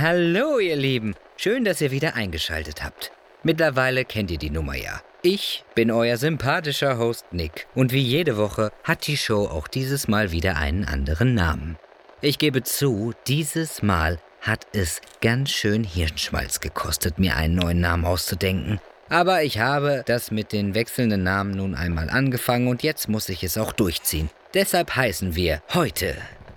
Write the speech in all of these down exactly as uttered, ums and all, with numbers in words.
Hallo ihr Lieben, schön, dass ihr wieder eingeschaltet habt. Mittlerweile kennt ihr die Nummer ja. Ich bin euer sympathischer Host Nick und wie jede Woche hat die Show auch dieses Mal wieder einen anderen Namen. Ich gebe zu, dieses Mal hat es ganz schön Hirnschmalz gekostet, mir einen neuen Namen auszudenken. Aber ich habe das mit den wechselnden Namen nun einmal angefangen und jetzt muss ich es auch durchziehen. Deshalb heißen wir heute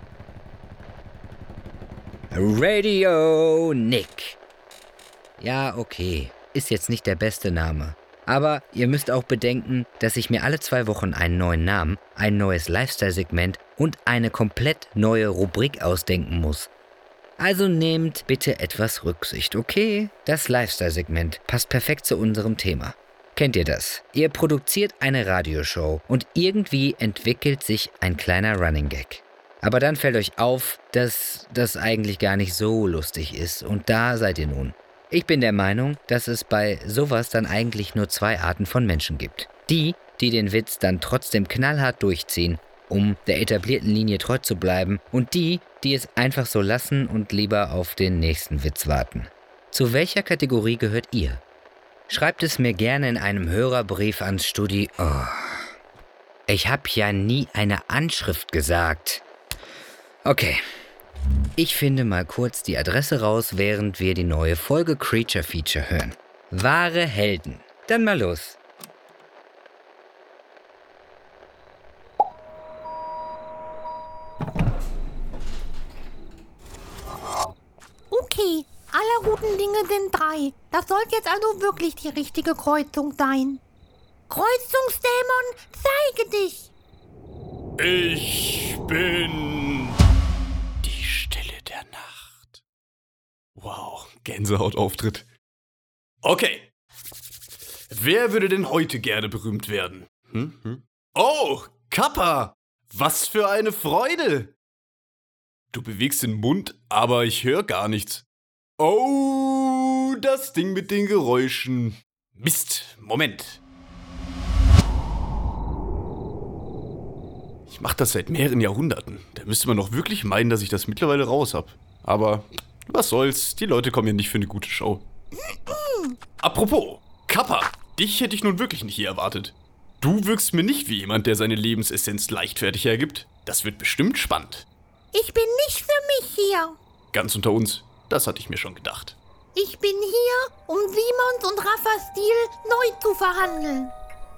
Radio Nick. Ja, okay, ist jetzt nicht der beste Name. Aber ihr müsst auch bedenken, dass ich mir alle zwei Wochen einen neuen Namen, ein neues Lifestyle-Segment und eine komplett neue Rubrik ausdenken muss. Also nehmt bitte etwas Rücksicht, okay? Das Lifestyle-Segment passt perfekt zu unserem Thema. Kennt ihr das? Ihr produziert eine Radioshow und irgendwie entwickelt sich ein kleiner Running Gag. Aber dann fällt euch auf, dass das eigentlich gar nicht so lustig ist und da seid ihr nun. Ich bin der Meinung, dass es bei sowas dann eigentlich nur zwei Arten von Menschen gibt. Die, die den Witz dann trotzdem knallhart durchziehen, um der etablierten Linie treu zu bleiben, und die, die es einfach so lassen und lieber auf den nächsten Witz warten. Zu welcher Kategorie gehört ihr? Schreibt es mir gerne in einem Hörerbrief ans Studi... Oh. Ich habe ja nie eine Anschrift gesagt. Okay. Ich finde mal kurz die Adresse raus, während wir die neue Folge Creature Feature hören. Wahre Helden. Dann mal los. Okay, alle guten Dinge sind drei. Das sollte jetzt also wirklich die richtige Kreuzung sein. Kreuzungsdämon, zeige dich! Ich bin die Stille der Nacht. Wow, Gänsehautauftritt. Okay. Wer würde denn heute gerne berühmt werden? Hm? Hm? Oh, Kappa! Was für eine Freude! Du bewegst den Mund, aber ich höre gar nichts. Oh, das Ding mit den Geräuschen. Mist, Moment. Ich mache das seit mehreren Jahrhunderten. Da müsste man doch wirklich meinen, dass ich das mittlerweile raus habe. Aber was soll's, die Leute kommen ja nicht für eine gute Show. Apropos, Kappa, dich hätte ich nun wirklich nicht hier erwartet. Du wirkst mir nicht wie jemand, der seine Lebensessenz leichtfertig hergibt. Das wird bestimmt spannend. Ich bin nicht für mich hier. Ganz unter uns, das hatte ich mir schon gedacht. Ich bin hier, um Simons und Raffas Deal neu zu verhandeln.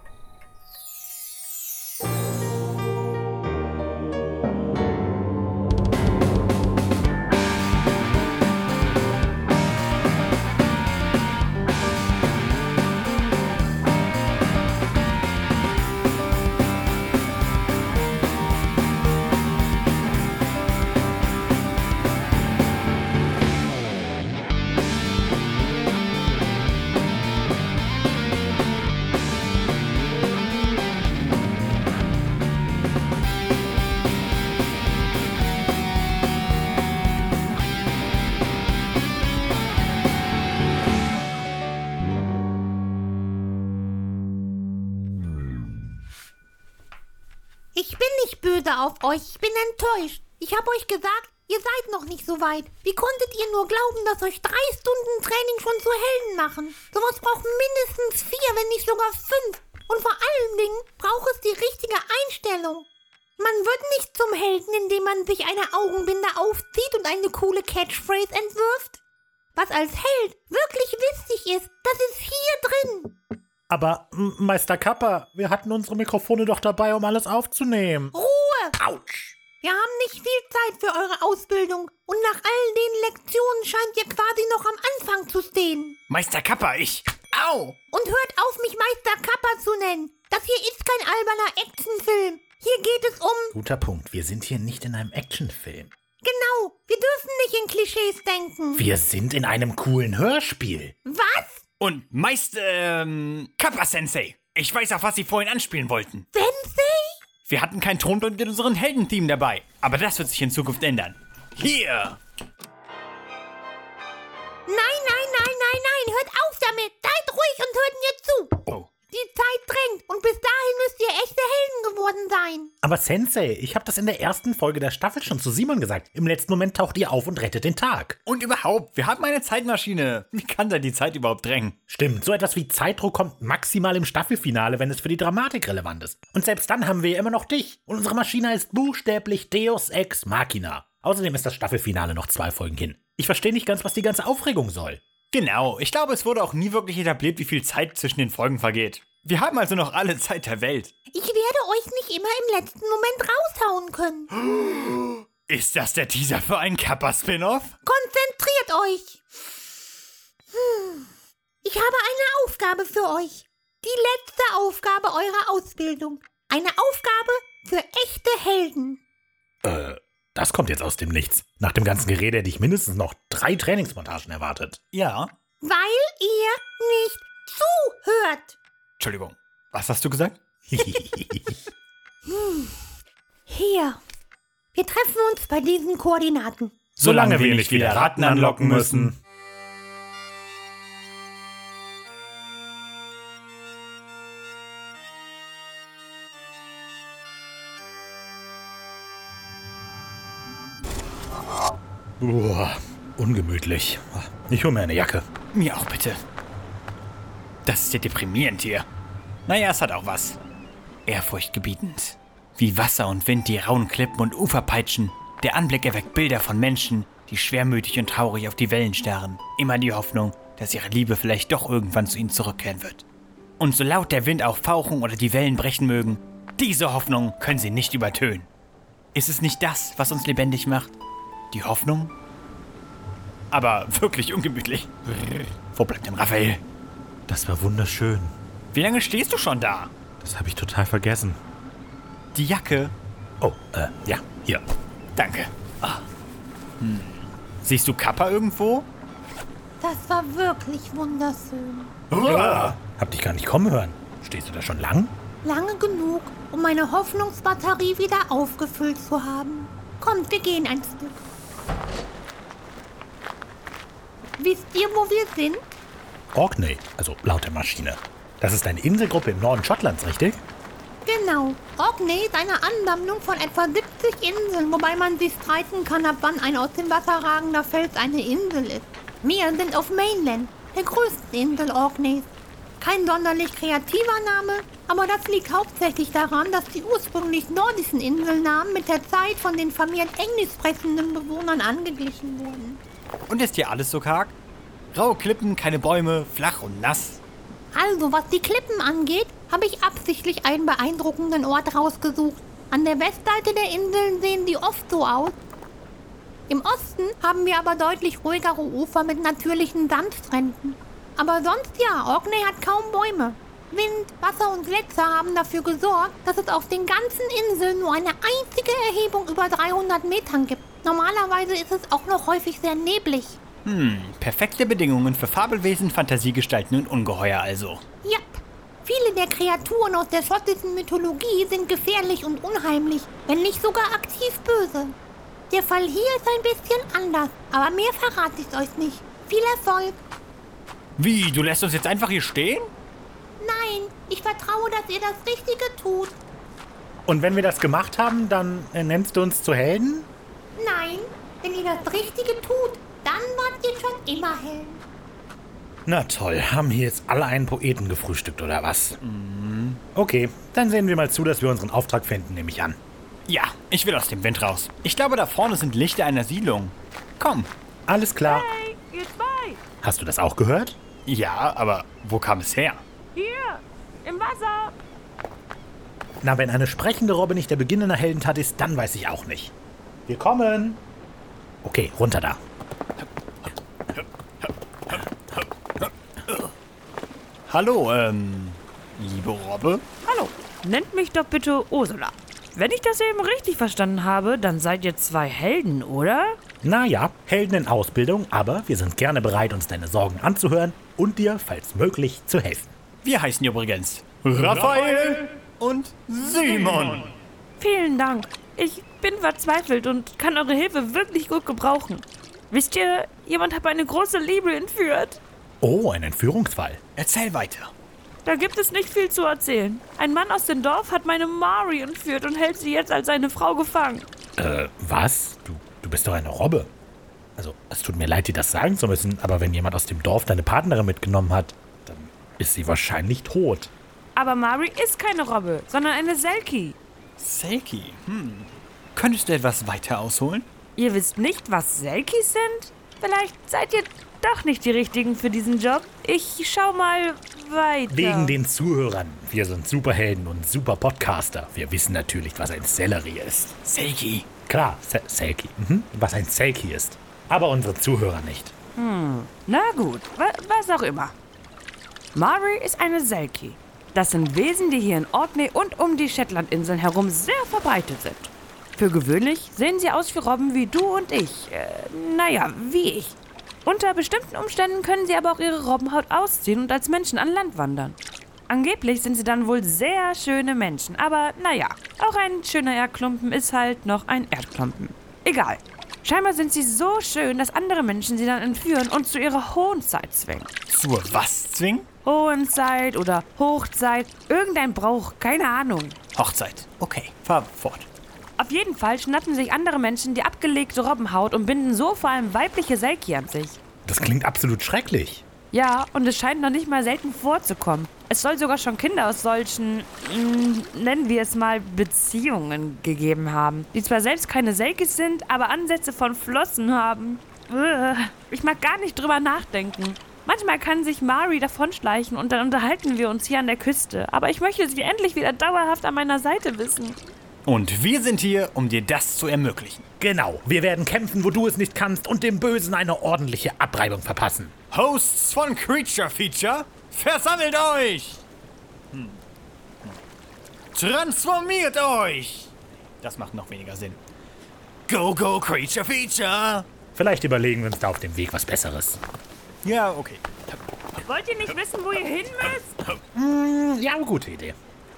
Ich bin nicht böse auf euch, ich bin enttäuscht. Ich habe euch gesagt, ihr seid noch nicht so weit. Wie konntet ihr nur glauben, dass euch drei Stunden Training schon zu Helden machen? Sowas braucht mindestens vier, wenn nicht sogar fünf. Und vor allen Dingen braucht es die richtige Einstellung. Man wird nicht zum Helden, indem man sich eine Augenbinde aufzieht und eine coole Catchphrase entwirft. Was als Held wirklich wichtig ist, das ist hier drin. Aber, M- Meister Kappa, wir hatten unsere Mikrofone doch dabei, um alles aufzunehmen. Ruhe! Autsch! Wir haben nicht viel Zeit für eure Ausbildung und nach all den Lektionen scheint ihr quasi noch am Anfang zu stehen. Meister Kappa, ich... Au! Und hört auf, mich Meister Kappa zu nennen. Das hier ist kein alberner Actionfilm. Hier geht es um... Guter Punkt, wir sind hier nicht in einem Actionfilm. Genau, wir dürfen nicht in Klischees denken. Wir sind in einem coolen Hörspiel. Was? Und Meister... Ähm, Kappa-Sensei. Ich weiß, auf was Sie vorhin anspielen wollten. Sensei? Wir hatten kein Tonband mit unserem Heldenteam dabei. Aber das wird sich in Zukunft ändern. Hier! Nein, nein, nein, nein, nein, hört auf damit. Seid ruhig und hört mir zu. Oh. Die Zeit drängt und bis dahin müsst ihr echte Helden geworden sein. Aber Sensei, ich habe das in der ersten Folge der Staffel schon zu Simon gesagt. Im letzten Moment taucht ihr auf und rettet den Tag. Und überhaupt, wir haben eine Zeitmaschine. Wie kann da die Zeit überhaupt drängen? Stimmt, so etwas wie Zeitdruck kommt maximal im Staffelfinale, wenn es für die Dramatik relevant ist. Und selbst dann haben wir ja immer noch dich. Und unsere Maschine ist buchstäblich Deus Ex Machina. Außerdem ist das Staffelfinale noch zwei Folgen hin. Ich verstehe nicht ganz, was die ganze Aufregung soll. Genau, ich glaube, es wurde auch nie wirklich etabliert, wie viel Zeit zwischen den Folgen vergeht. Wir haben also noch alle Zeit der Welt. Ich werde euch nicht immer im letzten Moment raushauen können. Ist das der Teaser für einen Kappa-Spin-Off? Konzentriert euch. Hm. Ich habe eine Aufgabe für euch. Die letzte Aufgabe eurer Ausbildung. Eine Aufgabe für echte Helden. Äh, das kommt jetzt aus dem Nichts. Nach dem ganzen Gerede hätte ich mindestens noch drei Trainingsmontagen erwartet. Ja. Weil ihr nicht zuhört. Entschuldigung, was hast du gesagt? hm. Hier. Wir treffen uns bei diesen Koordinaten. Solange wir nicht wieder Ratten anlocken müssen. Uah, ungemütlich. Ich hole mir eine Jacke. Mir auch bitte. Das ist ja deprimierend hier. Naja, es hat auch was. Ehrfurchtgebietend. Wie Wasser und Wind die rauen Klippen und Ufer peitschen. Der Anblick erweckt Bilder von Menschen, die schwermütig und traurig auf die Wellen starren. Immer die Hoffnung, dass ihre Liebe vielleicht doch irgendwann zu ihnen zurückkehren wird. Und so laut der Wind auch fauchen oder die Wellen brechen mögen, diese Hoffnung können sie nicht übertönen. Ist es nicht das, was uns lebendig macht? Die Hoffnung? Aber wirklich ungemütlich. Wo bleibt denn Raphael? Das war wunderschön. Wie lange stehst du schon da? Das habe ich total vergessen. Die Jacke? Oh, äh, ja, hier. Danke. Ah. Hm. Siehst du Kappa irgendwo? Das war wirklich wunderschön. Uah. Hab dich gar nicht kommen hören. Stehst du da schon lang? Lange genug, um meine Hoffnungsbatterie wieder aufgefüllt zu haben. Kommt, wir gehen ein Stück. Wisst ihr, wo wir sind? Orkney, also laut der Maschine. Das ist eine Inselgruppe im Norden Schottlands, richtig? Genau. Orkney ist eine Ansammlung von etwa siebzig Inseln, wobei man sich streiten kann, ab wann ein aus dem Wasser ragender Fels eine Insel ist. Wir sind auf Mainland, der größten Insel Orkneys. Kein sonderlich kreativer Name, aber das liegt hauptsächlich daran, dass die ursprünglich nordischen Inselnamen mit der Zeit von den vermehrt englisch sprechenden Bewohnern angeglichen wurden. Und ist hier alles so karg? Raue Klippen, keine Bäume, flach und nass. Also, was die Klippen angeht, habe ich absichtlich einen beeindruckenden Ort rausgesucht. An der Westseite der Inseln sehen sie oft so aus. Im Osten haben wir aber deutlich ruhigere Ufer mit natürlichen Sandstränden. Aber sonst ja, Orkney hat kaum Bäume. Wind, Wasser und Gletscher haben dafür gesorgt, dass es auf den ganzen Inseln nur eine einzige Erhebung über dreihundert Metern gibt. Normalerweise ist es auch noch häufig sehr neblig. Hm, perfekte Bedingungen für Fabelwesen, Fantasiegestalten und Ungeheuer also. Ja, viele der Kreaturen aus der schottischen Mythologie sind gefährlich und unheimlich, wenn nicht sogar aktiv böse. Der Fall hier ist ein bisschen anders, aber mehr verrate ich euch nicht. Viel Erfolg! Wie, du lässt uns jetzt einfach hier stehen? Nein, ich vertraue, dass ihr das Richtige tut. Und wenn wir das gemacht haben, dann äh, nennst du uns zu Helden? Nein, wenn ihr das Richtige tut, dann wart ihr schon immer Helden. Na toll, haben hier jetzt alle einen Poeten gefrühstückt, oder was? Mhm. Okay, dann sehen wir mal zu, dass wir unseren Auftrag finden, nehme ich an. Ja, ich will aus dem Wind raus. Ich glaube, da vorne sind Lichter einer Siedlung. Komm. Alles klar. Hey, ihr zwei! Hast du das auch gehört? Ja, aber wo kam es her? Hier, im Wasser! Na, wenn eine sprechende Robbe nicht der Beginn einer Heldentat ist, dann weiß ich auch nicht. Wir kommen! Okay, runter da. Hallo, ähm, liebe Robbe? Hallo, nennt mich doch bitte Ursula. Wenn ich das eben richtig verstanden habe, dann seid ihr zwei Helden, oder? Naja, Helden in Ausbildung, aber wir sind gerne bereit, uns deine Sorgen anzuhören und dir, falls möglich, zu helfen. Wir heißen übrigens Raphael und Simon. Vielen Dank. Ich bin verzweifelt und kann eure Hilfe wirklich gut gebrauchen. Wisst ihr, jemand hat meine große Liebe entführt. Oh, ein Entführungsfall. Erzähl weiter. Da gibt es nicht viel zu erzählen. Ein Mann aus dem Dorf hat meine Mari entführt und hält sie jetzt als seine Frau gefangen. Äh, was? Du, du bist doch eine Robbe. Also, es tut mir leid, dir das sagen zu müssen, aber wenn jemand aus dem Dorf deine Partnerin mitgenommen hat, dann ist sie wahrscheinlich tot. Aber Mari ist keine Robbe, sondern eine Selkie. Selkie? Hm. Könntest du etwas weiter ausholen? Ihr wisst nicht, was Selkies sind? Vielleicht seid ihr doch nicht die Richtigen für diesen Job. Ich schau mal weiter. Wegen den Zuhörern. Wir sind Superhelden und Super-Podcaster. Wir wissen natürlich, was ein Sellerie ist. Selkie. Klar, Se- Selkie. Mhm. Was ein Selkie ist. Aber unsere Zuhörer nicht. Hm, na gut, wa- was auch immer. Mari ist eine Selkie. Das sind Wesen, die hier in Orkney und um die Shetlandinseln herum sehr verbreitet sind. Für gewöhnlich sehen sie aus wie Robben wie du und ich. Äh, naja, wie ich. Unter bestimmten Umständen können sie aber auch ihre Robbenhaut ausziehen und als Menschen an Land wandern. Angeblich sind sie dann wohl sehr schöne Menschen, aber naja, auch ein schöner Erdklumpen ist halt noch ein Erdklumpen. Egal. Scheinbar sind sie so schön, dass andere Menschen sie dann entführen und zu ihrer Hohenzeit zwingen. Zur was zwingen? Hohenzeit oder Hochzeit, irgendein Brauch, keine Ahnung. Hochzeit. Okay, fahr fort. Auf jeden Fall schnappen sich andere Menschen die abgelegte Robbenhaut und binden so vor allem weibliche Selkie an sich. Das klingt absolut schrecklich. Ja, und es scheint noch nicht mal selten vorzukommen. Es soll sogar schon Kinder aus solchen, mh, nennen wir es mal, Beziehungen gegeben haben. Die zwar selbst keine Selkies sind, aber Ansätze von Flossen haben. Uah, ich mag gar nicht drüber nachdenken. Manchmal kann sich Mari davonschleichen und dann unterhalten wir uns hier an der Küste. Aber ich möchte sie endlich wieder dauerhaft an meiner Seite wissen. Und wir sind hier, um dir das zu ermöglichen. Genau, wir werden kämpfen, wo du es nicht kannst und dem Bösen eine ordentliche Abreibung verpassen. Hosts von Creature Feature, versammelt euch! Hm. Transformiert euch! Das macht noch weniger Sinn. Go, go, Creature Feature! Vielleicht überlegen wir uns da auf dem Weg was Besseres. Ja, okay. Wollt ihr nicht wissen, wo ihr hin müsst? Hm, ja, gute Idee.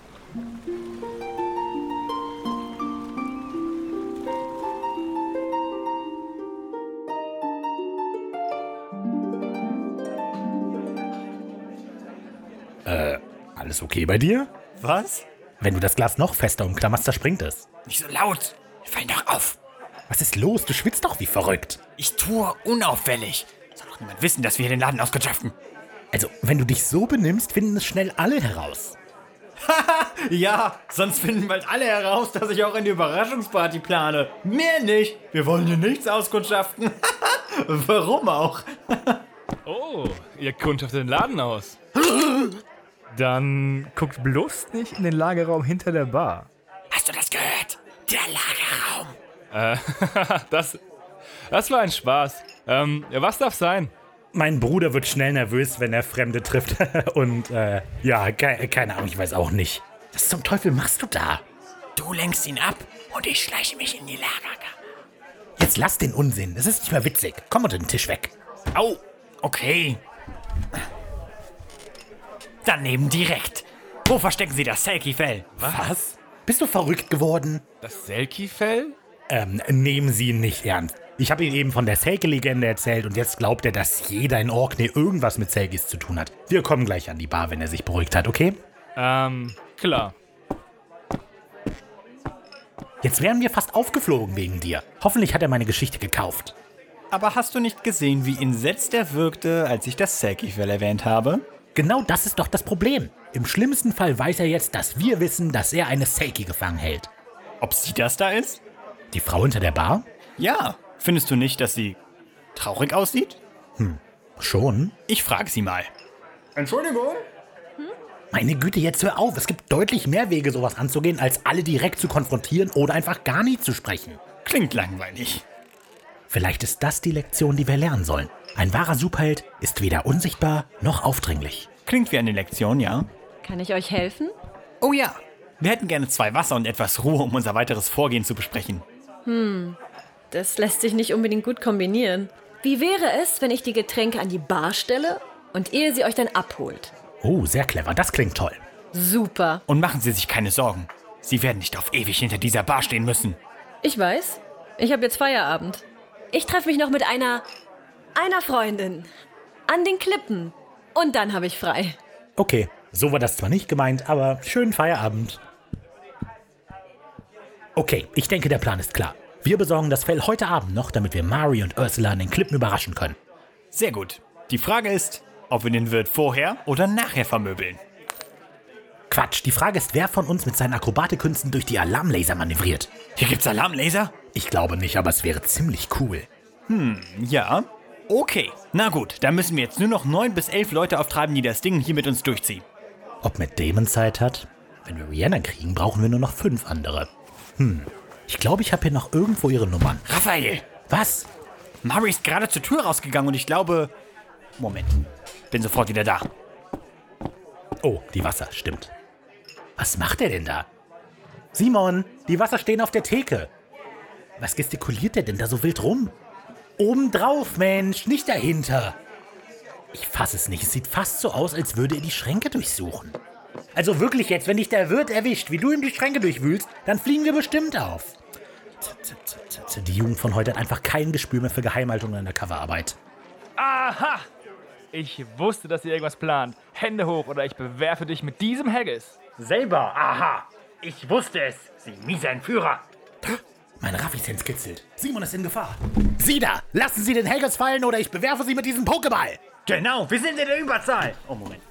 Äh, alles okay bei dir? Was? Wenn du das Glas noch fester umklammerst, zerspringt es. Nicht so laut. Wir fallen doch auf. Was ist los? Du schwitzt doch wie verrückt. Ich tue unauffällig. Soll doch niemand wissen, dass wir hier den Laden ausgekundschaften. Also, wenn du dich so benimmst, finden es schnell alle heraus. Ja, sonst finden bald alle heraus, dass ich auch eine Überraschungsparty plane. Mehr nicht. Wir wollen hier nichts auskundschaften. Warum auch? Oh, ihr kundschaftet den Laden aus. Dann guckt bloß nicht in den Lagerraum hinter der Bar. Hast du das gehört? Der Lagerraum. Äh, das, das war ein Spaß. Ähm, was darf sein? Mein Bruder wird schnell nervös, wenn er Fremde trifft. Und, äh, ja, ke- keine Ahnung, ich weiß auch nicht. Was zum Teufel machst du da? Du lenkst ihn ab und ich schleiche mich in die Lagerkammer. Jetzt lass den Unsinn. Es ist nicht mehr witzig. Komm unter den Tisch weg. Au, okay. Daneben direkt. Wo verstecken Sie das Selkie-Fell? Was? Bist du verrückt geworden? Das Selkie-Fell? Ähm, nehmen Sie ihn nicht ernst. Ich habe ihm eben von der Selkie-Legende erzählt und jetzt glaubt er, dass jeder in Orkney irgendwas mit Selkies zu tun hat. Wir kommen gleich an die Bar, wenn er sich beruhigt hat, okay? Ähm, klar. Jetzt wären wir fast aufgeflogen wegen dir. Hoffentlich hat er meine Geschichte gekauft. Aber hast du nicht gesehen, wie entsetzt er wirkte, als ich das Selkie-Fell erwähnt habe? Genau das ist doch das Problem. Im schlimmsten Fall weiß er jetzt, dass wir wissen, dass er eine Selkie gefangen hält. Ob sie das da ist? Die Frau hinter der Bar? Ja. Findest du nicht, dass sie traurig aussieht? Hm, schon. Ich frage sie mal. Entschuldigung? Meine Güte, jetzt hör auf. Es gibt deutlich mehr Wege, sowas anzugehen, als alle direkt zu konfrontieren oder einfach gar nie zu sprechen. Klingt langweilig. Vielleicht ist das die Lektion, die wir lernen sollen. Ein wahrer Superheld ist weder unsichtbar noch aufdringlich. Klingt wie eine Lektion, ja? Kann ich euch helfen? Oh ja. Wir hätten gerne zwei Wasser und etwas Ruhe, um unser weiteres Vorgehen zu besprechen. Hm, das lässt sich nicht unbedingt gut kombinieren. Wie wäre es, wenn ich die Getränke an die Bar stelle und ihr sie euch dann abholt? Oh, sehr clever. Das klingt toll. Super. Und machen Sie sich keine Sorgen. Sie werden nicht auf ewig hinter dieser Bar stehen müssen. Ich weiß. Ich habe jetzt Feierabend. Ich treffe mich noch mit einer... einer Freundin. An den Klippen. Und dann habe ich frei. Okay, So war das zwar nicht gemeint, aber schönen Feierabend. Okay, ich denke, der Plan ist klar. Wir besorgen das Fell heute Abend noch, damit wir Mari und Ursula an den Klippen überraschen können. Sehr gut. Die Frage ist, ob wir den Wirt vorher oder nachher vermöbeln. Quatsch, die Frage ist, wer von uns mit seinen Akrobatikünsten durch die Alarmlaser manövriert. Hier gibt's Alarmlaser? Ich glaube nicht, aber es wäre ziemlich cool. Hm, ja. Okay, na gut, dann müssen wir jetzt nur noch neun bis elf Leute auftreiben, die das Ding hier mit uns durchziehen. Ob Matt Damon Zeit hat? Wenn wir Rihanna kriegen, brauchen wir nur noch fünf andere. Hm, ich glaube, ich habe hier noch irgendwo ihre Nummern. Raphael! Was? Mari ist gerade zur Tür rausgegangen und ich glaube... Moment, bin sofort wieder da. Oh, die Wasser, stimmt. Was macht er denn da? Simon, die Wasser stehen auf der Theke. Was gestikuliert der denn da so wild rum? Obendrauf, Mensch, nicht dahinter. Ich fass es nicht. Es sieht fast so aus, als würde er die Schränke durchsuchen. Also wirklich jetzt, wenn dich der Wirt erwischt, wie du ihm die Schränke durchwühlst, dann fliegen wir bestimmt auf. Die Jugend von heute hat einfach kein Gespür mehr für Geheimhaltung in der Coverarbeit. Aha! Ich wusste, dass ihr irgendwas plant. Hände hoch oder ich bewerfe dich mit diesem Haggis. Selber, aha. Ich wusste es, Sie mieser Entführer. Mein Raffi-Sense kitzelt. Simon ist in Gefahr. Sie da, lassen Sie den Haggis fallen oder ich bewerfe Sie mit diesem Pokéball. Genau, wir sind in der Überzahl. Oh, Moment.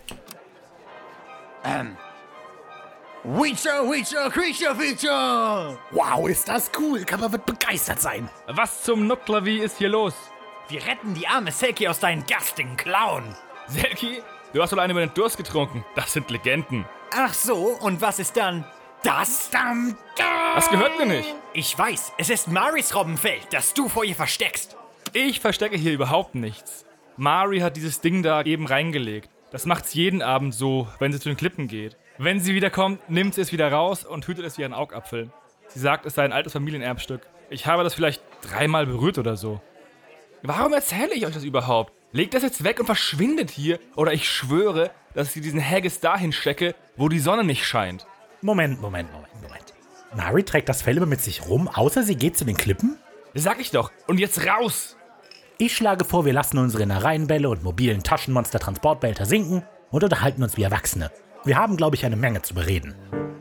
Ähm. Witcher, Witcher, Creature, Feature! Wow, ist das cool. Kappa wird begeistert sein. Was zum Nucklavi ist hier los? Wir retten die arme Selkie aus deinen garstigen Klauen. Selkie, du hast wohl eine über den Durst getrunken. Das sind Legenden. Ach so, und was ist dann? Das? Dam, dam. Das gehört mir nicht. Ich weiß, es ist Maris Robbenfell, das du vor ihr versteckst. Ich verstecke hier überhaupt nichts. Mari hat dieses Ding da eben reingelegt. Das macht's jeden Abend so, wenn sie zu den Klippen geht. Wenn sie wiederkommt, nimmt sie es wieder raus und hütet es wie ein Augapfel. Sie sagt, es sei ein altes Familienerbstück. Ich habe das vielleicht dreimal berührt oder so. Warum erzähle ich euch das überhaupt? Legt das jetzt weg und verschwindet hier, oder ich schwöre, dass ich diesen Haggis dahin stecke, wo die Sonne nicht scheint. Moment, Moment, Moment, Moment. Mari trägt das Fell immer mit sich rum, außer sie geht zu den Klippen? Sag ich doch. Und jetzt raus! Ich schlage vor, wir lassen unsere Innereienbälle und mobilen Taschenmonster-Transportbehälter sinken und unterhalten uns wie Erwachsene. Wir haben, glaube ich, eine Menge zu bereden.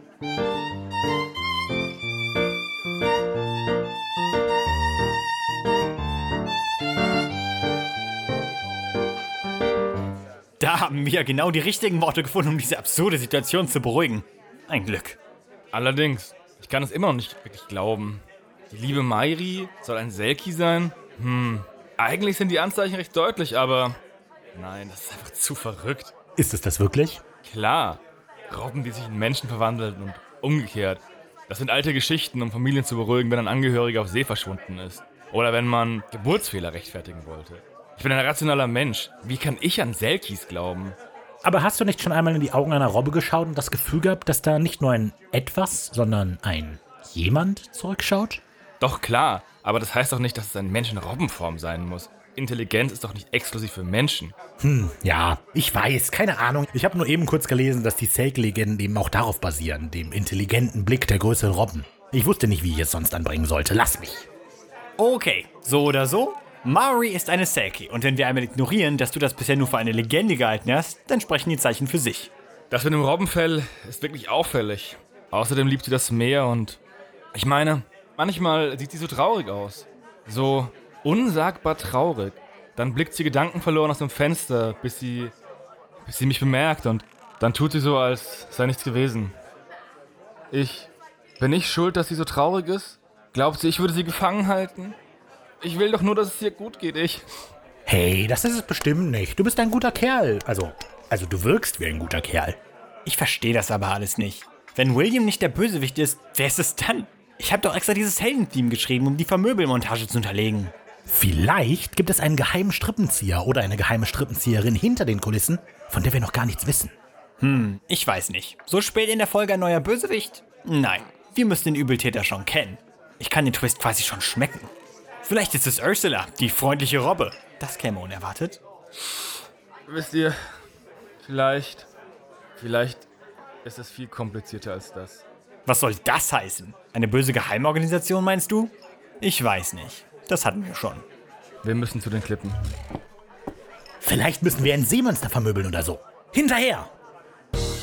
Da haben wir genau die richtigen Worte gefunden, um diese absurde Situation zu beruhigen. Ein Glück. Allerdings, ich kann es immer noch nicht wirklich glauben. Die liebe Mairi soll ein Selkie sein? Hm, eigentlich sind die Anzeichen recht deutlich, aber... Nein, das ist einfach zu verrückt. Ist es das wirklich? Klar, Robben, die sich in Menschen verwandeln und umgekehrt. Das sind alte Geschichten, um Familien zu beruhigen, wenn ein Angehöriger auf See verschwunden ist. Oder wenn man Geburtsfehler rechtfertigen wollte. Ich bin ein rationaler Mensch. Wie kann ich an Selkies glauben? Aber hast du nicht schon einmal in die Augen einer Robbe geschaut und das Gefühl gehabt, dass da nicht nur ein Etwas, sondern ein Jemand zurückschaut? Doch klar, aber das heißt doch nicht, dass es eine Menschen-Robbenform sein muss. Intelligenz ist doch nicht exklusiv für Menschen. Hm, ja, ich weiß, keine Ahnung. Ich habe nur eben kurz gelesen, dass die Selkie-Legenden eben auch darauf basieren, dem intelligenten Blick der größeren Robben. Ich wusste nicht, wie ich es sonst anbringen sollte. Lass mich. Okay, so oder so. Mari ist eine Selkie und wenn wir einmal ignorieren, dass du das bisher nur für eine Legende gehalten hast, dann sprechen die Zeichen für sich. Das mit dem Robbenfell ist wirklich auffällig. Außerdem liebt sie das Meer und... Ich meine, manchmal sieht sie so traurig aus. So unsagbar traurig. Dann blickt sie gedankenverloren aus dem Fenster, bis sie... bis sie mich bemerkt und dann tut sie so, als sei nichts gewesen. Ich... Bin ich schuld, dass sie so traurig ist? Glaubt sie, ich würde sie gefangen halten? Ich will doch nur, dass es dir gut geht, ich. Hey, das ist es bestimmt nicht. Du bist ein guter Kerl. Also, also du wirkst wie ein guter Kerl. Ich verstehe das aber alles nicht. Wenn William nicht der Bösewicht ist, wer ist es dann? Ich habe doch extra dieses Heldentheme geschrieben, um die Vermöbelmontage zu unterlegen. Vielleicht gibt es einen geheimen Strippenzieher oder eine geheime Strippenzieherin hinter den Kulissen, von der wir noch gar nichts wissen. Hm, ich weiß nicht. So spät in der Folge ein neuer Bösewicht? Nein, wir müssen den Übeltäter schon kennen. Ich kann den Twist quasi schon schmecken. Vielleicht ist es Ursula, die freundliche Robbe. Das käme unerwartet. Wisst ihr, vielleicht, vielleicht ist es viel komplizierter als das. Was soll das heißen? Eine böse Geheimorganisation, meinst du? Ich weiß nicht. Das hatten wir schon. Wir müssen zu den Klippen. Vielleicht müssen wir ein Seemonster vermöbeln oder so. Hinterher!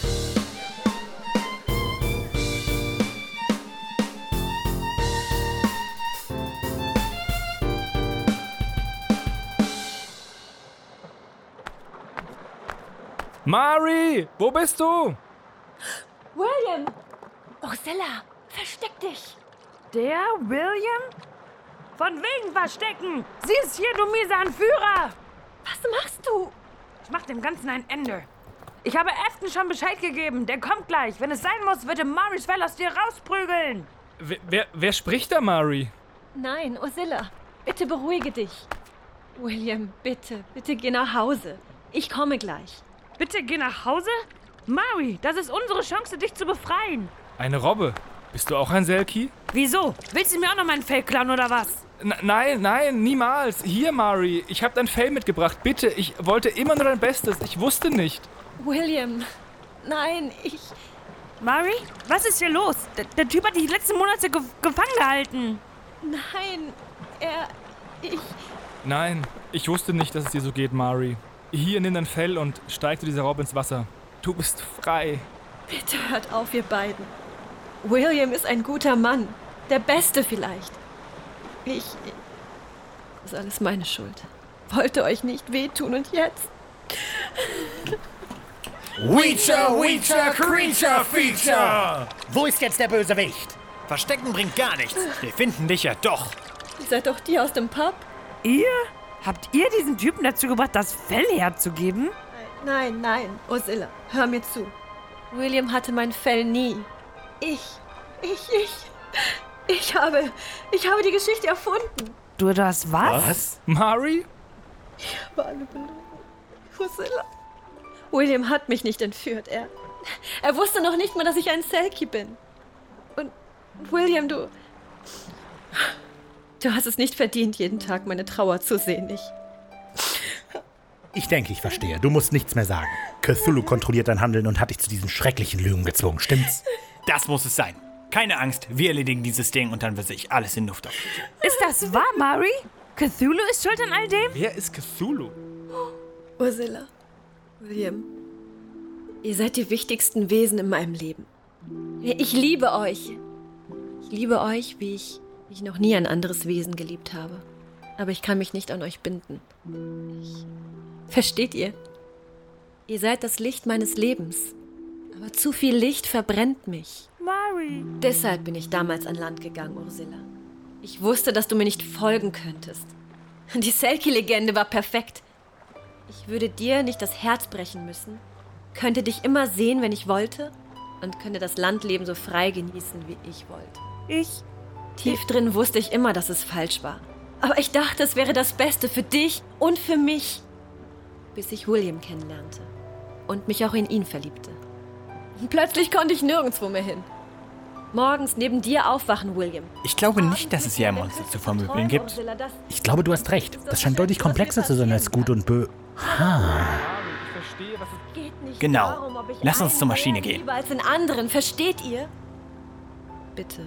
Mari, wo bist du? William! Ursula, versteck dich! Der William? Von wegen verstecken! Sie ist hier, du mieser Anführer! Was machst du? Ich mach dem Ganzen ein Ende. Ich habe Afton schon Bescheid gegeben. Der kommt gleich. Wenn es sein muss, wird er Maris Fell aus dir rausprügeln. Wer, wer, wer spricht da, Mari? Nein, Ursula, bitte beruhige dich. William, bitte, bitte geh nach Hause. Ich komme gleich. Bitte geh nach Hause? Mari, das ist unsere Chance, dich zu befreien. Eine Robbe. Bist du auch ein Selkie? Wieso? Willst du mir auch noch mein Fell klauen oder was? N- nein, nein, niemals. Hier, Mari, ich habe dein Fell mitgebracht. Bitte, ich wollte immer nur dein Bestes. Ich wusste nicht. William, nein, ich... Mari, was ist hier los? Der, der Typ hat dich die letzten Monate ge- gefangen gehalten. Nein, er... ich... Nein, ich wusste nicht, dass es dir so geht, Mari. Hier, nimm dein Fell und steig zu dieser Robbe ins Wasser. Du bist frei. Bitte hört auf, ihr beiden. William ist ein guter Mann. Der Beste vielleicht. Ich... Das ist alles meine Schuld. Wollte euch nicht wehtun und jetzt... Weecher, Weecher, Creature, Feature! Wo ist jetzt der Bösewicht? Verstecken bringt gar nichts. Wir finden dich ja doch. Ihr seid doch die aus dem Pub? Ihr? Habt ihr diesen Typen dazu gebracht, das Fell herzugeben? Nein, nein, Ursula, hör mir zu. William hatte mein Fell nie. Ich, ich, ich, ich habe, ich habe die Geschichte erfunden. Du, das was? Was? Mari? Ich habe alle belogen. Ursula. William hat mich nicht entführt. Er, er wusste noch nicht mal, dass ich ein Selkie bin. Und William, du, du hast es nicht verdient, jeden Tag meine Trauer zu sehen. Ich, Ich denke, ich verstehe. Du musst nichts mehr sagen. Cthulhu kontrolliert dein Handeln und hat dich zu diesen schrecklichen Lügen gezwungen, stimmt's? Das muss es sein. Keine Angst, wir erledigen dieses Ding und dann wird sich alles in Luft auflösen. Ist das wahr, Mari? Cthulhu ist schuld an all dem? Wer ist Cthulhu? Ursula, William, ihr seid die wichtigsten Wesen in meinem Leben. Ich liebe euch. Ich liebe euch, wie ich, wie ich noch nie ein anderes Wesen geliebt habe. Aber ich kann mich nicht an euch binden. Ich, versteht ihr? Ihr seid das Licht meines Lebens. Aber zu viel Licht verbrennt mich. Mari. Deshalb bin ich damals an Land gegangen, Ursula. Ich wusste, dass du mir nicht folgen könntest. Die Selkie-Legende war perfekt. Ich würde dir nicht das Herz brechen müssen, könnte dich immer sehen, wenn ich wollte, und könnte das Landleben so frei genießen, wie ich wollte. Ich... Tief drin wusste ich immer, dass es falsch war. Aber ich dachte, es wäre das Beste für dich und für mich. Bis ich William kennenlernte und mich auch in ihn verliebte. Und plötzlich konnte ich nirgendwo mehr hin. Morgens neben dir aufwachen, William. Ich glaube nicht, dass es hier ein Monster zu vermöbeln gibt. Ich glaube, du hast recht. Das scheint deutlich komplexer zu sein als gut und bö... Ha. Ich verstehe, was es... Geht nicht Genau. darum, ob ich Lass uns einen zur Maschine mehr gehen. liebe als in anderen, versteht ihr? Bitte.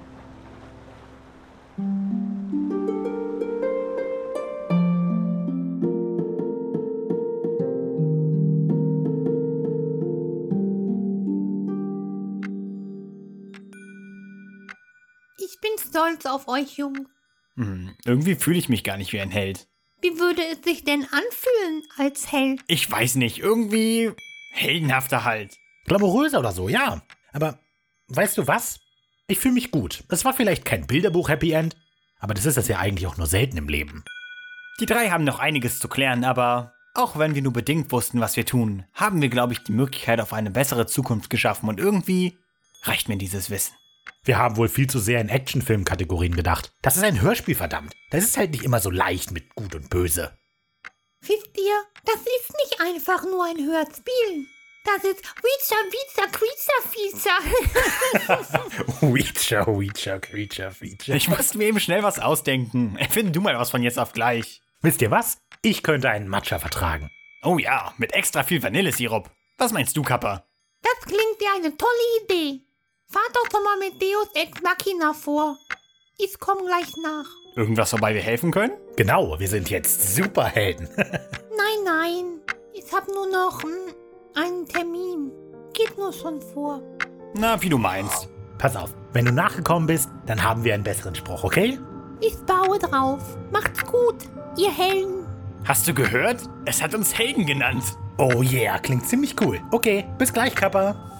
Ich bin stolz auf euch, Jungs. Hm, irgendwie fühle ich mich gar nicht wie ein Held. Wie würde es sich denn anfühlen als Held? Ich weiß nicht, irgendwie heldenhafter halt. Glamouröser oder so, ja. Aber weißt du was? Ich fühle mich gut. Es war vielleicht kein Bilderbuch-Happy End, aber das ist es ja eigentlich auch nur selten im Leben. Die drei haben noch einiges zu klären, aber auch wenn wir nur bedingt wussten, was wir tun, haben wir, glaube ich, die Möglichkeit auf eine bessere Zukunft geschaffen und irgendwie reicht mir dieses Wissen. Wir haben wohl viel zu sehr in Actionfilm-Kategorien gedacht. Das ist ein Hörspiel, verdammt. Das ist halt nicht immer so leicht mit Gut und Böse. Wisst ihr, das ist nicht einfach nur ein Hörspiel. Das ist Weezer, Weezer, Creature, Feature. Weecher, Weecher, Creature, Feature. Ich musste mir eben schnell was ausdenken. Erfinde du mal was von jetzt auf gleich. Wisst ihr was? Ich könnte einen Matcha vertragen. Oh ja, mit extra viel Vanillesirup. Was meinst du, Kappa? Das klingt ja eine tolle Idee. Fahrt doch doch mal mit Deus Ex Machina vor. Ich komm gleich nach. Irgendwas, wobei wir helfen können? Genau, wir sind jetzt Superhelden. Nein, nein. Ich hab nur noch hm, einen Termin. Geht nur schon vor. Na, wie du meinst. Pass auf, wenn du nachgekommen bist, dann haben wir einen besseren Spruch, okay? Ich baue drauf. Macht's gut, ihr Helden. Hast du gehört? Es hat uns Helden genannt. Oh yeah, klingt ziemlich cool. Okay, bis gleich, Kappa.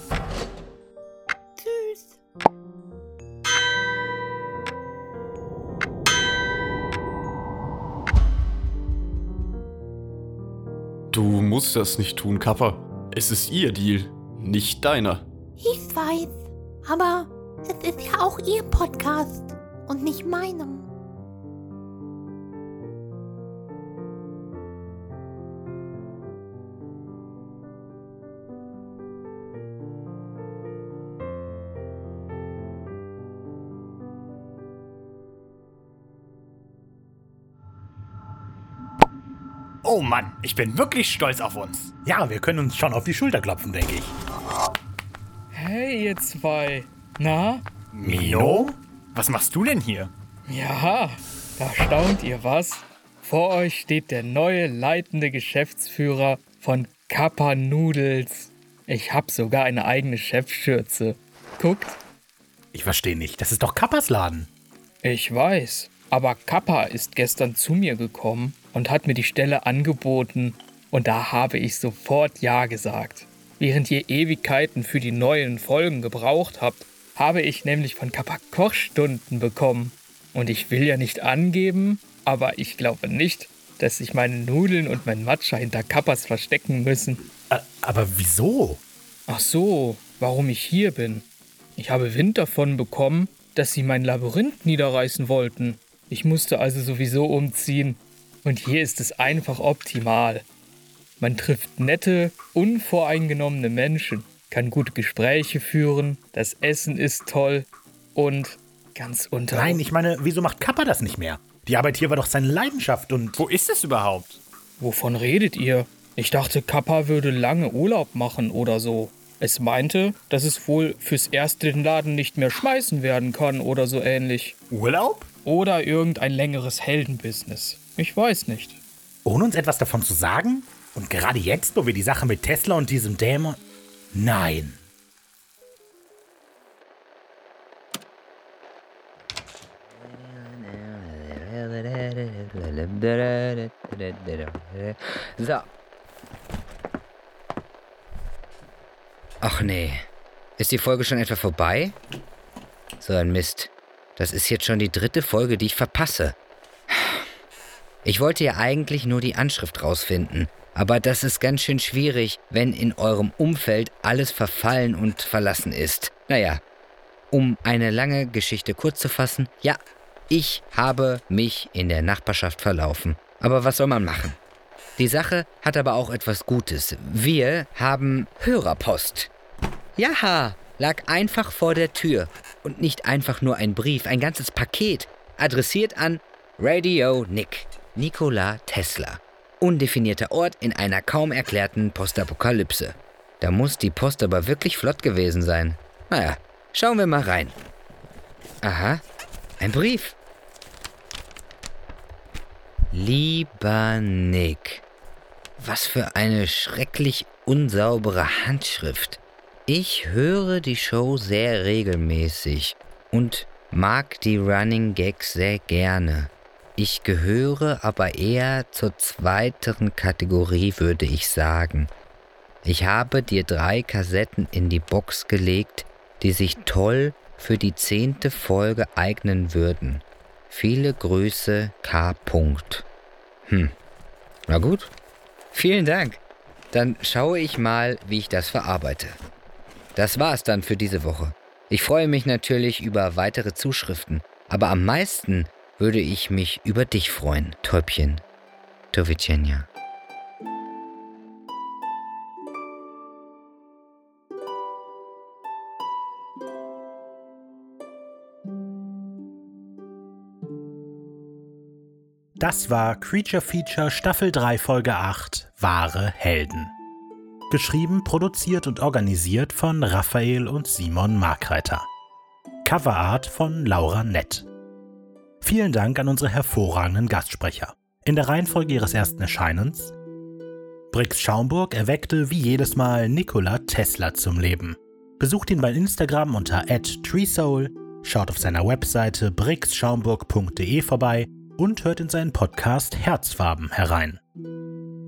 Tschüss. Du musst das nicht tun, Kappa. Es ist ihr Deal, nicht deiner. Ich weiß. Aber es ist ja auch ihr Podcast und nicht meinem. Oh Mann, ich bin wirklich stolz auf uns. Ja, wir können uns schon auf die Schulter klopfen, denke ich. Hey, ihr zwei. Na? Mino? Was machst du denn hier? Ja, da staunt ihr was. Vor euch steht der neue leitende Geschäftsführer von Kappa Noodles. Ich hab sogar eine eigene Chefschürze. Guckt. Ich verstehe nicht, das ist doch Kappas Laden. Ich weiß, aber Kappa ist gestern zu mir gekommen und hat mir die Stelle angeboten. Und da habe ich sofort Ja gesagt. Während ihr Ewigkeiten für die neuen Folgen gebraucht habt, habe ich nämlich von Kappa Kochstunden bekommen. Und ich will ja nicht angeben, aber ich glaube nicht, dass sich meine Nudeln und mein Matcha hinter Kappas verstecken müssen. Ä- aber wieso? Ach so, warum ich hier bin. Ich habe Wind davon bekommen, dass sie mein Labyrinth niederreißen wollten. Ich musste also sowieso umziehen. Und hier ist es einfach optimal. Man trifft nette, unvoreingenommene Menschen, kann gute Gespräche führen, das Essen ist toll und ganz unter... Nein, ich meine, wieso macht Kappa das nicht mehr? Die Arbeit hier war doch seine Leidenschaft und... Wo ist es überhaupt? Wovon redet ihr? Ich dachte, Kappa würde lange Urlaub machen oder so. Es meinte, dass es wohl fürs Erste den Laden nicht mehr schmeißen werden kann oder so ähnlich. Urlaub? Oder irgendein längeres Heldenbusiness. Ich weiß nicht. Ohne uns etwas davon zu sagen? Und gerade jetzt, wo wir die Sache mit Tesla und diesem Dämon... Nein. So. Ach nee. Ist die Folge schon etwa vorbei? So ein Mist. Das ist jetzt schon die dritte Folge, die ich verpasse. Ich wollte ja eigentlich nur die Anschrift rausfinden. Aber das ist ganz schön schwierig, wenn in eurem Umfeld alles verfallen und verlassen ist. Naja, um eine lange Geschichte kurz zu fassen, ja, ich habe mich in der Nachbarschaft verlaufen. Aber was soll man machen? Die Sache hat aber auch etwas Gutes. Wir haben Hörerpost. Ja, lag einfach vor der Tür. Und nicht einfach nur ein Brief, ein ganzes Paket. Adressiert an Radio Nick, Nikola Tesla. Undefinierter Ort in einer kaum erklärten Postapokalypse. Da muss die Post aber wirklich flott gewesen sein. Naja, schauen wir mal rein. Aha, ein Brief. Lieber Nick, was für eine schrecklich unsaubere Handschrift. Ich höre die Show sehr regelmäßig und mag die Running Gags sehr gerne. Ich gehöre aber eher zur zweiteren Kategorie, würde ich sagen. Ich habe dir drei Kassetten in die Box gelegt, die sich toll für die zehnte Folge eignen würden. Viele Grüße, K. Hm, na gut. Vielen Dank. Dann schaue ich mal, wie ich das verarbeite. Das war's dann für diese Woche. Ich freue mich natürlich über weitere Zuschriften, aber am meisten würde ich mich über dich freuen, Täubchen. Do widzenia. Das war Creature Feature Staffel drei Folge acht, Wahre Helden. Geschrieben, produziert und organisiert von Raphael und Simon Markreiter. Coverart von Laura Nett. Vielen Dank an unsere hervorragenden Gastsprecher. In der Reihenfolge ihres ersten Erscheinens: Brix Schaumburg erweckte wie jedes Mal Nikola Tesla zum Leben. Besucht ihn bei Instagram unter at treesoul, schaut auf seiner Webseite brix schaumburg punkt de vorbei und hört in seinen Podcast Herzfarben herein.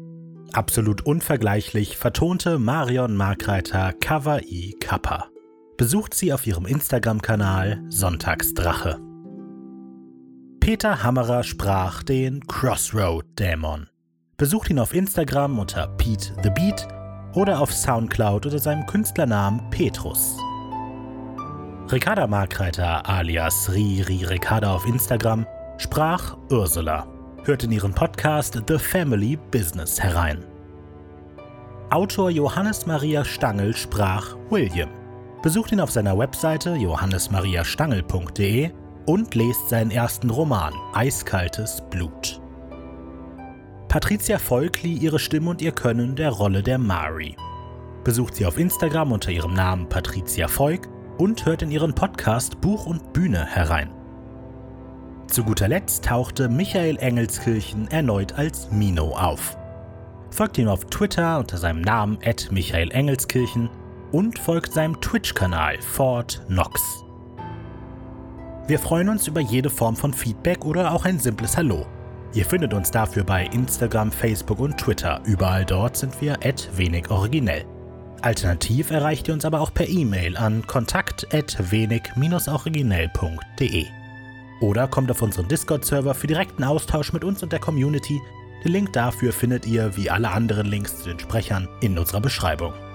Absolut unvergleichlich vertonte Marion Markreiter Kawaii Kappa. Besucht sie auf ihrem Instagram-Kanal Sonntagsdrache. Peter Hammerer sprach den Crossroad-Dämon. Besucht ihn auf Instagram unter Pete the Beat oder auf Soundcloud unter seinem Künstlernamen Petrus. Ricarda Markreiter alias Riri Ricarda auf Instagram sprach Ursula. Hört in ihren Podcast The Family Business herein. Autor Johannes Maria Stangl sprach William. Besucht ihn auf seiner Webseite johannes maria stangl punkt de und lest seinen ersten Roman Eiskaltes Blut. Patricia Volk lieh ihre Stimme und ihr Können der Rolle der Mari. Besucht sie auf Instagram unter ihrem Namen Patricia Volk und hört in ihren Podcast Buch und Bühne herein. Zu guter Letzt tauchte Michael Engelskirchen erneut als Mino auf. Folgt ihm auf Twitter unter seinem Namen at Michael Engelskirchen und folgt seinem Twitch-Kanal Fort Knox. Wir freuen uns über jede Form von Feedback oder auch ein simples Hallo. Ihr findet uns dafür bei Instagram, Facebook und Twitter. Überall dort sind wir at wenig originell. Alternativ erreicht ihr uns aber auch per E-Mail an kontakt at wenig originell punkt de. Oder kommt auf unseren Discord-Server für direkten Austausch mit uns und der Community. Den Link dafür findet ihr, wie alle anderen Links zu den Sprechern, in unserer Beschreibung.